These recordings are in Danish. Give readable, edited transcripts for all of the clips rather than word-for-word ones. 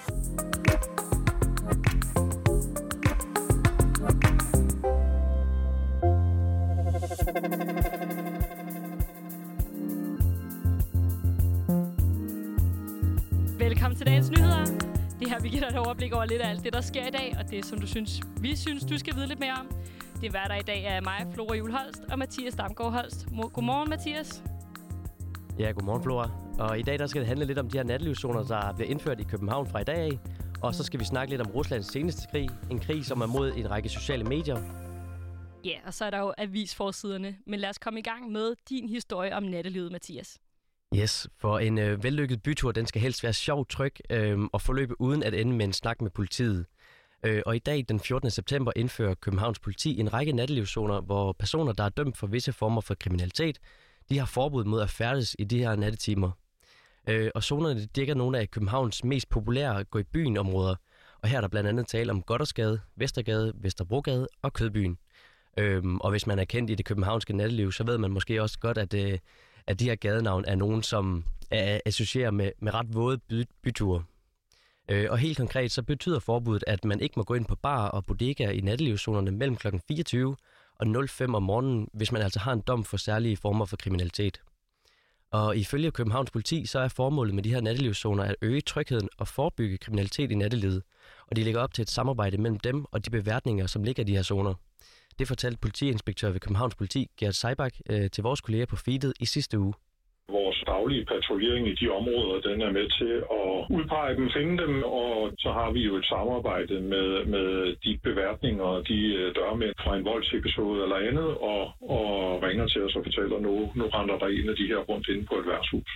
Velkommen til dagens nyheder. Det her, vi giver dig et overblik over lidt af alt det, der sker i dag, og det, som vi synes, du skal vide lidt mere om. Det er der i dag af mig, Flora Juhl Holst, og Mathias Damgaard Holst. Godmorgen, Mathias. Ja, godmorgen, Flora. Og i dag der skal det handle lidt om de her nattelivszoner, der bliver indført i København fra i dag af. Og så skal vi snakke lidt om Ruslands seneste krig. En krig, som er mod en række sociale medier. Ja, og så er der jo avisforsiderne. Men lad os komme i gang med din historie om nattelivet, Mathias. Yes, for en vellykket bytur, den skal helst være sjov, tryg og forløbe uden at ende med en snak med politiet. Og i dag, den 14. september, indfører Københavns politi en række nattelivszoner, hvor personer, der er dømt for visse former for kriminalitet, de har forbud mod at færdes i de her nattetimer. Og zonerne dækker nogle af Københavns mest populære gå i byen områder. Og her er der blandt andet tale om Gothersgade, Vestergade, Vesterbrogade og Kødbyen. Og hvis man er kendt i det københavnske natteliv, så ved man måske også godt, at de her gadenavn er nogen, som er associeret med ret våde byture. Og helt konkret så betyder forbuddet, at man ikke må gå ind på barer og bodegaer i nattelivszonerne mellem kl. 24 og 05 om morgenen, hvis man altså har en dom for særlige former for kriminalitet. Og ifølge Københavns politi, så er formålet med de her nattelivszoner at øge trygheden og forebygge kriminalitet i nattelivet. Og de lægger op til et samarbejde mellem dem og de beværtninger, som ligger i de her zoner. Det fortalte politiinspektør ved Københavns politi, Gert Seibach, til vores kolleger på feedet i sidste uge. Vores daglige patruljering i de områder, den er med til at udpege dem, finde dem, og så har vi jo et samarbejde med de beværtninger og de dørmænd fra en voldsepisode eller andet, og ringer til os og fortæller, nu render der en af de her rundt inde på et værtshus.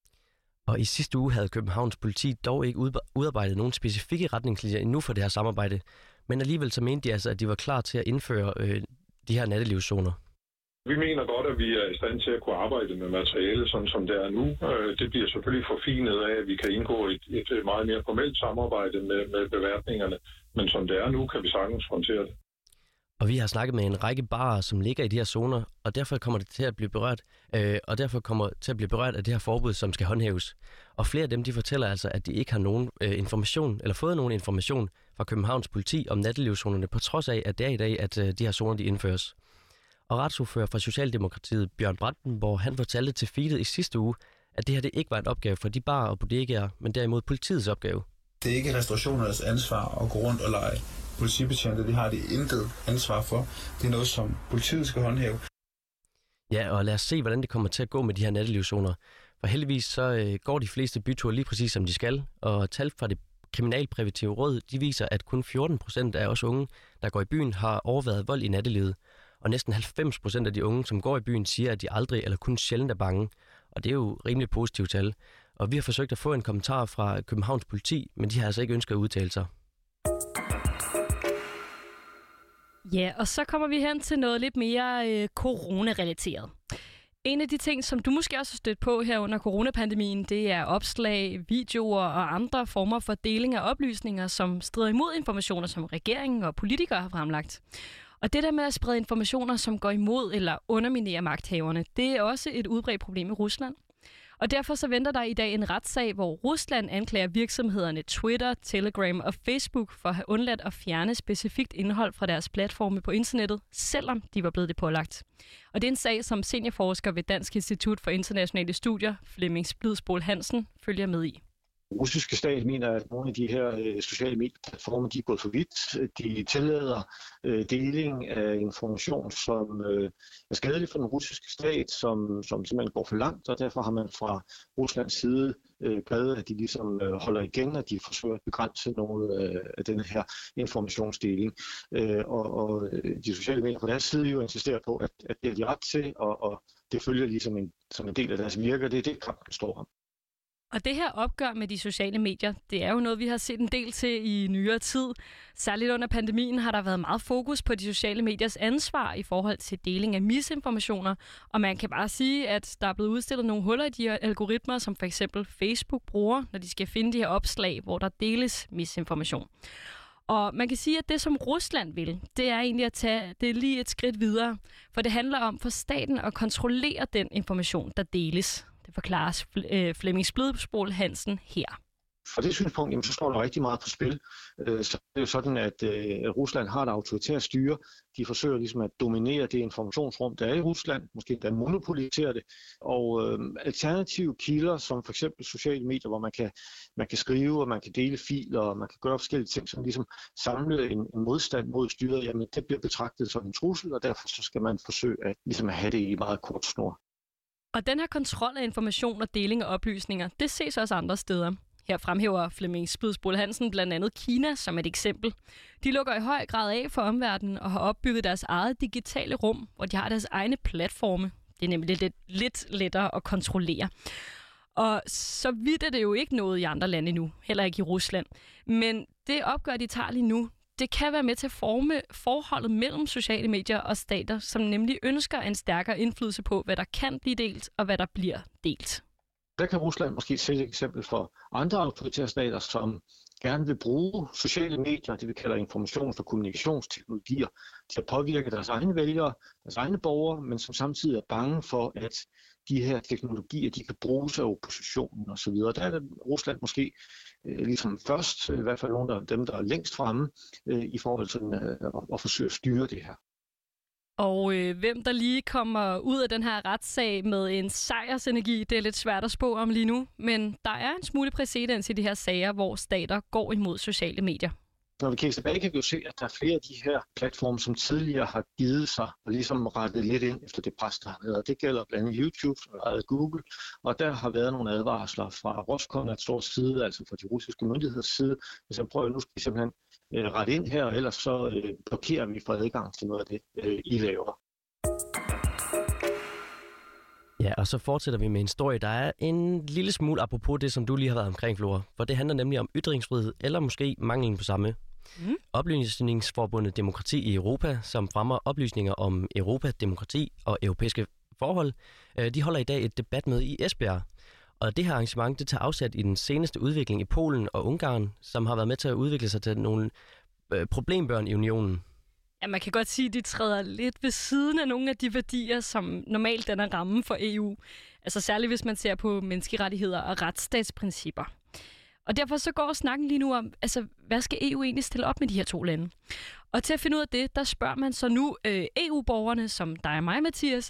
Og i sidste uge havde Københavns politi dog ikke udarbejdet nogle specifikke retningslinjer endnu for det her samarbejde, men alligevel så mente de altså, at de var klar til at indføre de her nattelivszoner. Vi mener godt, at vi er i stand til at kunne arbejde med materiale, sådan som det er nu. Det bliver selvfølgelig forfinet af, at vi kan indgå et meget mere formelt samarbejde med beværtningerne, men som det er nu, kan vi sagtens håndtere det. Og vi har snakket med en række barer, som ligger i de her zoner, og derfor kommer det til at blive berørt, af det her forbud, som skal håndhæves. Og flere af dem, de fortæller altså, at de ikke har nogen information, eller fået nogen information fra Københavns politi om nattelivszonerne, på trods af, at det er i dag, at de her zoner, de indføres. Og retsordfører fra Socialdemokratiet, Bjørn Brandenborg, han fortalte til feedet i sidste uge, at det her det ikke var en opgave for de barer og bodegaer, men derimod politiets opgave. Det er ikke restaurationernes ansvar at gå rundt og lege politibetjente. Det har de intet ansvar for. Det er noget, som politiet skal håndhæve. Ja, og lad os se, hvordan det kommer til at gå med de her nattelivszoner. For heldigvis så går de fleste byture lige præcis, som de skal. Og tal fra det kriminalpræventive råd, de viser, at kun 14% af os unge, der går i byen, har overværet vold i nattelivet. Og næsten 90% af de unge, som går i byen, siger, at de aldrig eller kun sjældent er bange. Og det er jo rimelig positivt tal. Og vi har forsøgt at få en kommentar fra Københavns politi, men de har altså ikke ønsket at udtale sig. Ja, og så kommer vi hen til noget lidt mere coronarelateret. En af de ting, som du måske også har stødt på her under coronapandemien, det er opslag, videoer og andre former for deling af oplysninger, som strider imod informationer, som regeringen og politikere har fremlagt. Og det der med at sprede informationer, som går imod eller underminerer magthaverne, det er også et udbredt problem i Rusland. Og derfor så venter der i dag en retssag, hvor Rusland anklager virksomhederne Twitter, Telegram og Facebook for at have undladt at fjerne specifikt indhold fra deres platforme på internettet, selvom de var blevet det pålagt. Og det er en sag, som seniorforsker ved Dansk Institut for Internationale Studier, Flemming Splidsbol Hansen, følger med i. Den russiske stat mener, at nogle af de her sociale medieplatforme de er gået for vidt. De tillader deling af information, som er skadelig for den russiske stat, som simpelthen går for langt, og derfor har man fra Ruslands side krævet, at de ligesom holder igen, og de forsøger at begrænse noget af denne her informationsdeling. Og de sociale medier på deres side jo insisterer på, at det er de ret til, og det følger ligesom som en del af deres virke, det er det, kampen står om. Og det her opgør med de sociale medier, det er jo noget, vi har set en del til i nyere tid. Særligt under pandemien har der været meget fokus på de sociale mediers ansvar i forhold til deling af misinformationer. Og man kan bare sige, at der er blevet udstillet nogle huller i de her algoritmer, som for eksempel Facebook bruger, når de skal finde de her opslag, hvor der deles misinformation. Og man kan sige, at det, som Rusland vil, det er egentlig at tage det lige et skridt videre. For det handler om for staten at kontrollere den information, der deles. Det forklares Flemming Splidsbol Hansen her. fra det synspunkt, jamen, så står der rigtig meget på spil. Så det er jo sådan, at Rusland har et autoritært styre. De forsøger ligesom at dominere det informationsrum, der er i Rusland, måske endda monopolisere det. Og alternative kilder, som for eksempel sociale medier, hvor man kan skrive, og man kan dele filer, og man kan gøre forskellige ting, som ligesom samle en modstand mod styret, jamen det bliver betragtet som en trussel, og derfor så skal man forsøge at, ligesom at have det i meget kort snor. Og den her kontrol af information og deling af oplysninger, det ses også andre steder. Her fremhæver Flemming Spidsbol Hansen blandt andet Kina som et eksempel. De lukker i høj grad af for omverdenen og har opbygget deres eget digitale rum, hvor de har deres egne platforme. Det er nemlig lidt lettere at kontrollere. Og så vidt er det jo ikke noget i andre lande endnu, heller ikke i Rusland. Men det opgør, de tager lige nu, det kan være med til at forme forholdet mellem sociale medier og stater, som nemlig ønsker en stærkere indflydelse på, hvad der kan blive delt og hvad der bliver delt. Der kan Rusland måske sætte et eksempel for andre autoritære stater, som gerne vil bruge sociale medier, det vi kalder informations- og kommunikationsteknologier, til at påvirke deres egne vælgere, deres egne borgere, men som samtidig er bange for, at de her teknologier, de kan bruges af oppositionen osv. Der er Rusland måske ligesom først, i hvert fald nogle af dem, der er længst fremme i forhold til at forsøge at styre det her. Og hvem der lige kommer ud af den her retssag med en sejrsenergi, det er lidt svært at spå om lige nu. Men der er en smule præcedens i de her sager, hvor stater går imod sociale medier. Når vi kigger tilbage, kan vi jo se, at der er flere af de her platforme, som tidligere har givet sig og ligesom rettet lidt ind efter det pres, der har været. Det gælder blandt andet YouTube og Google, og der har været nogle advarsler fra Roskomnadzors side, altså fra de russiske myndigheders side. Hvis jeg prøver, nu skal vi simpelthen rette ind her, og ellers så blokerer vi for adgang til noget af det, I laver. Ja, og så fortsætter vi med en historie, der er en lille smule apropos det, som du lige har været omkring, Flora. For det handler nemlig om ytringsfrihed, eller måske manglen på samme. Oplysningsforbundet Demokrati i Europa, som fremmer oplysninger om Europa, demokrati og europæiske forhold, de holder i dag et debatmøde i Esbjerg. Og det her arrangement, det tager afsæt i den seneste udvikling i Polen og Ungarn, som har været med til at udvikle sig til nogle problembørn i unionen. Ja, man kan godt sige, at de træder lidt ved siden af nogle af de værdier, som normalt den er rammen for EU. Altså særligt hvis man ser på menneskerettigheder og retsstatsprincipper. Og derfor så går snakken lige nu om, altså hvad skal EU egentlig stille op med de her to lande? Og til at finde ud af det, der spørger man så nu EU-borgerne, som dig og mig, Mathias.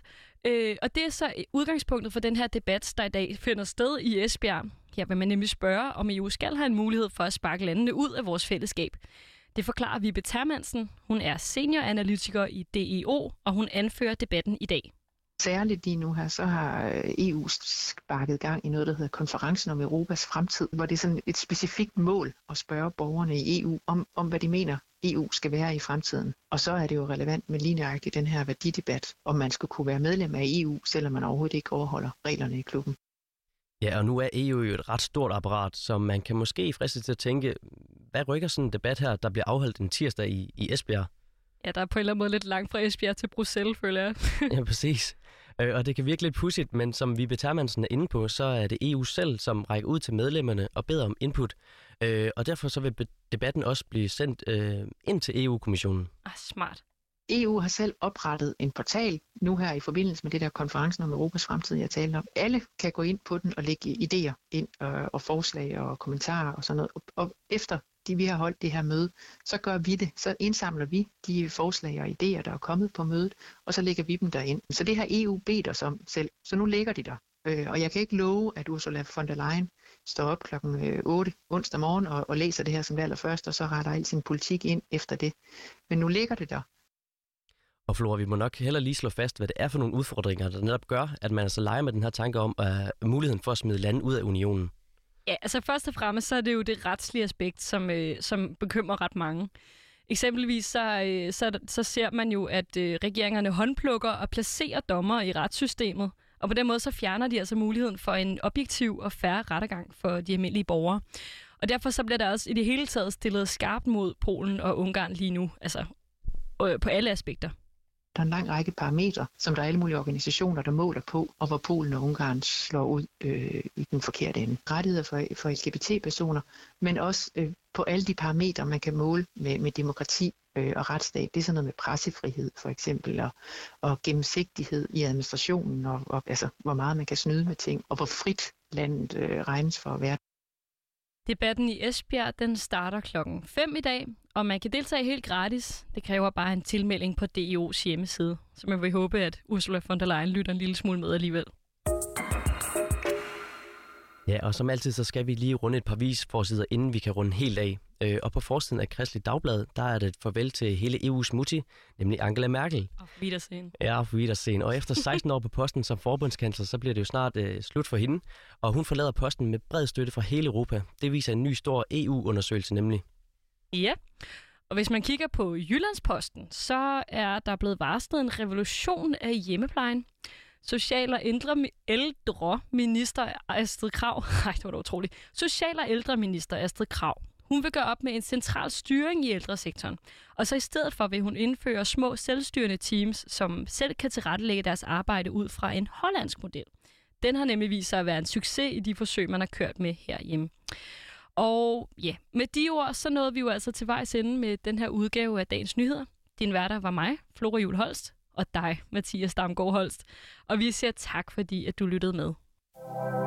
Og det er så udgangspunktet for den her debat, der i dag finder sted i Esbjerg. Her vil man nemlig spørge, om EU skal have en mulighed for at sparke landene ud af vores fællesskab. Det forklarer Vibe Termansen. Hun er senioranalytiker i DEO, og hun anfører debatten i dag. Særligt lige nu her, så har EU sparket gang i noget, der hedder Konferencen om Europas fremtid, hvor det er sådan et specifikt mål at spørge borgerne i EU om hvad de mener, EU skal være i fremtiden. Og så er det jo relevant med lige nøjagtigt den her værdidebat, om man skal kunne være medlem af EU, selvom man overhovedet ikke overholder reglerne i klubben. Ja, og nu er EU jo et ret stort apparat, så man kan måske friste til at tænke, hvad rykker sådan en debat her, der bliver afholdt en tirsdag i Esbjerg? Ja, der er på en eller anden måde lidt langt fra Esbjerg til Bruxelles, føler jeg. Ja, præcis. Og det kan virke lidt pudsigt, men som Vibe Termansen er inde på, så er det EU selv, som rækker ud til medlemmerne og beder om input. Og derfor så vil debatten også blive sendt ind til EU-kommissionen. Smart. EU har selv oprettet en portal nu her i forbindelse med det der konferencen om Europas fremtid, jeg talte om. Alle kan gå ind på den og lægge idéer ind og forslag og kommentarer og sådan noget. Og efter vi har holdt det her møde, så gør vi det. Så indsamler vi de forslag og idéer, der er kommet på mødet, og så lægger vi dem derind. Så det har EU bedt os om selv. Så nu ligger de der. Og jeg kan ikke love, at Ursula von der Leyen står op klokken 8 onsdag morgen og læser det her som det allerførste, og så retter al sin politik ind efter det. Men nu ligger det der. Og Flora, vi må nok heller lige slå fast, hvad det er for nogle udfordringer, der netop gør, at man altså leger med den her tanke om muligheden for at smide lande ud af unionen. Ja, altså først og fremmest så er det jo det retslige aspekt, som bekymrer ret mange. Eksempelvis så ser man jo, at regeringerne håndplukker og placerer dommer i retssystemet, og på den måde så fjerner de altså muligheden for en objektiv og fair rettergang for de almindelige borgere. Og derfor så bliver der også i det hele taget stillet skarpt mod Polen og Ungarn lige nu, altså på alle aspekter. Der er en lang række parametre, som der er alle mulige organisationer, der måler på, og hvor Polen og Ungarn slår ud i den forkerte ende. Rettigheder for LGBT-personer, men også på alle de parametre, man kan måle med demokrati og retsstat. Det er sådan noget med pressefrihed for eksempel, og gennemsigtighed i administrationen, og altså, hvor meget man kan snyde med ting, og hvor frit landet regnes for at være. Debatten i Esbjerg, den starter 5:00 i dag, og man kan deltage helt gratis. Det kræver bare en tilmelding på DIO's hjemmeside, så man vil håbe, at Ursula von der Leyen lytter en lille smule med alligevel. Ja, og som altid, så skal vi lige runde et par visforsider, inden vi kan runde helt af. Og på forsiden af Kristeligt Dagblad, der er det et farvel til hele EU's mutti, nemlig Angela Merkel. Auf Wiedersehen. Ja, auf Wiedersehen. Og efter 16 år på posten som forbundskansler, så bliver det jo snart slut for hende. Og hun forlader posten med bred støtte fra hele Europa. Det viser en ny stor EU-undersøgelse nemlig. Ja, og hvis man kigger på Jyllandsposten, så er der blevet varslet en revolution af hjemmeplejen. Social- og ældreminister Astrid Krag. Nej, det var da utroligt. Social- og ældreminister Astrid Krag. Hun vil gøre op med en central styring i ældresektoren. Og så i stedet for vil hun indføre små selvstyrende teams, som selv kan tilrettelægge deres arbejde ud fra en hollandsk model. Den har nemlig vist sig at være en succes i de forsøg, man har kørt med herhjemme. Og ja, med de ord, så nåede vi jo altså til vejs ende med den her udgave af Dagens Nyheder. Din værter var mig, Flora Juhl Holst, og dig, Mathias Damgaard Holst. Og vi siger tak, fordi at du lyttede med.